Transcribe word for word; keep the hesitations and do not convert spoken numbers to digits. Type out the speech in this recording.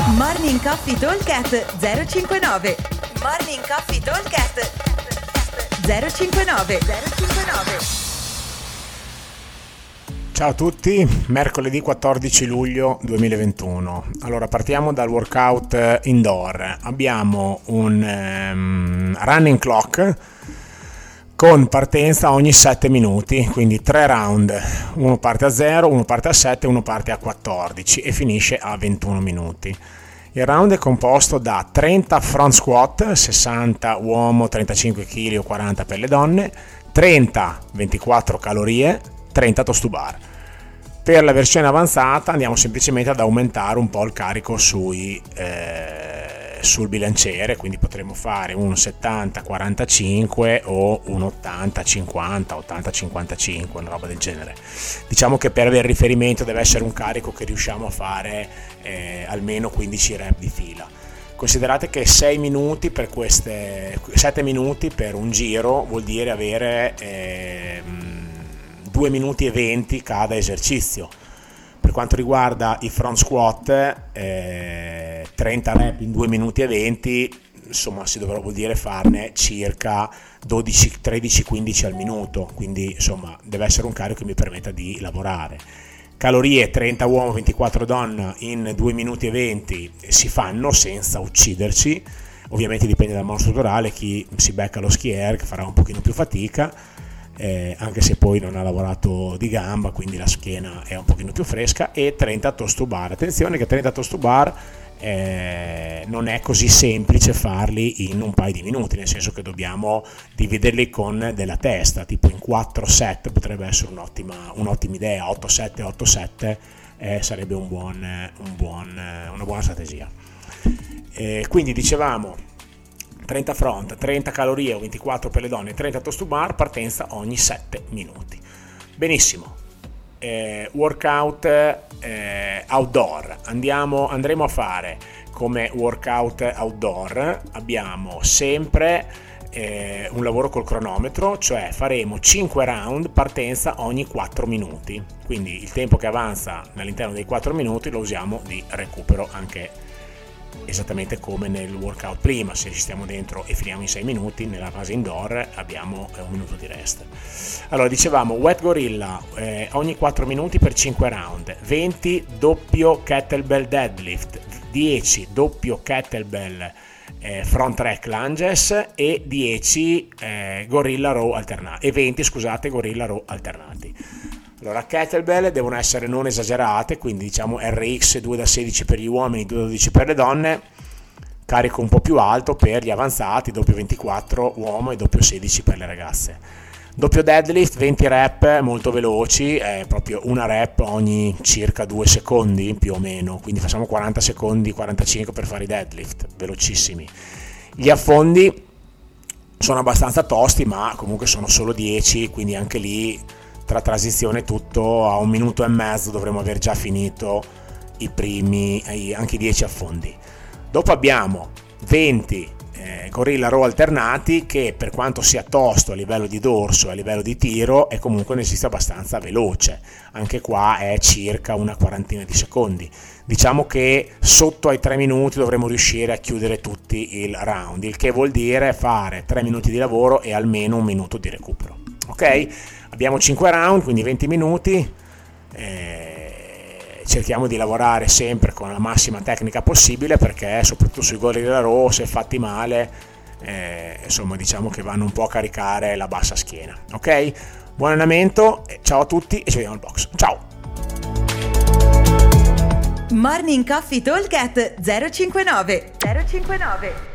Morning Coffee Talkcast zero cinquantanove. Morning Coffee Talkcast zero cinquantanove. zero cinquantanove. Ciao a tutti, mercoledì quattordici luglio duemilaventuno. Allora partiamo dal workout indoor. Abbiamo un um, running clock con partenza ogni sette minuti, quindi tre round, uno parte a zero, uno parte a sette, uno parte a quattordici e finisce a ventuno minuti. Il round è composto da trenta front squat, sessanta uomo, trentacinque chili o quaranta per le donne, trenta ventiquattro calorie, trenta toast to bar. Per la versione avanzata andiamo semplicemente ad aumentare un po' il carico sui, eh, sul bilanciere, quindi potremo fare un settanta quarantacinque o un ottanta cinquanta, ottanta cinquantacinque, una roba del genere. Diciamo che per avere riferimento deve essere un carico che riusciamo a fare eh, almeno quindici rep di fila. Considerate che sei minuti per queste sette minuti per un giro vuol dire avere eh, due minuti e venti cada esercizio. Per quanto riguarda i front squat, eh, trenta rep in due minuti e venti, insomma si dovrà vuol dire farne circa dodici, tredici, quindici al minuto, quindi insomma deve essere un carico che mi permetta di lavorare. Calorie trenta uomo, ventiquattro donna in due minuti e venti si fanno senza ucciderci, ovviamente dipende dal modo strutturale, chi si becca lo skier che farà un pochino più fatica, Eh, anche se poi non ha lavorato di gamba, quindi la schiena è un pochino più fresca, e trenta toast to bar. Attenzione che trenta toast to bar eh, non è così semplice farli in un paio di minuti, nel senso che dobbiamo dividerli con della testa, tipo in quattro set potrebbe essere un'ottima, un'ottima idea, otto sette otto sette eh, sarebbe un buon, un buon, una buona strategia. Eh, quindi dicevamo trenta front, trenta calorie o ventiquattro per le donne, trenta toast to bar, partenza ogni sette minuti. Benissimo. Eh, workout eh, outdoor. Andiamo, andremo a fare come workout outdoor. Abbiamo sempre eh, un lavoro col cronometro, cioè faremo cinque round, partenza ogni quattro minuti. Quindi il tempo che avanza all'interno dei quattro minuti lo usiamo di recupero, anche esattamente come nel workout prima. Se ci stiamo dentro e finiamo in sei minuti, nella fase indoor abbiamo un minuto di rest. Allora dicevamo wet gorilla eh, ogni quattro minuti per cinque round, venti doppio kettlebell deadlift, dieci doppio kettlebell eh, front rack lunges e dieci eh, gorilla row alternati e venti scusate gorilla row alternati. Allora, kettlebell devono essere non esagerate, quindi diciamo R X due da sedici per gli uomini, due da dodici per le donne, carico un po' più alto per gli avanzati, doppio ventiquattro uomo e doppio sedici per le ragazze. Doppio deadlift, venti rep molto veloci, è proprio una rep ogni circa due secondi più o meno, quindi facciamo quaranta secondi, quarantacinque per fare i deadlift, velocissimi. Gli affondi sono abbastanza tosti, ma comunque sono solo dieci, quindi anche lì tra transizione tutto a un minuto e mezzo dovremo aver già finito i primi, anche i dieci affondi. Dopo abbiamo venti eh, gorilla row alternati, che per quanto sia tosto a livello di dorso e a livello di tiro è comunque un esercizio abbastanza veloce, anche qua è circa una quarantina di secondi. Diciamo che sotto ai tre minuti dovremo riuscire a chiudere tutti il round, il che vuol dire fare tre minuti di lavoro e almeno un minuto di recupero. Ok? Abbiamo cinque round, quindi venti minuti, eh, cerchiamo di lavorare sempre con la massima tecnica possibile, perché soprattutto sui gorilla row, se fatti male, eh, insomma diciamo che vanno un po' a caricare la bassa schiena. Ok? Buon allenamento, ciao a tutti e ci vediamo al box. Ciao! Morning Coffee Talkcast zero cinquantanove. zero cinquantanove.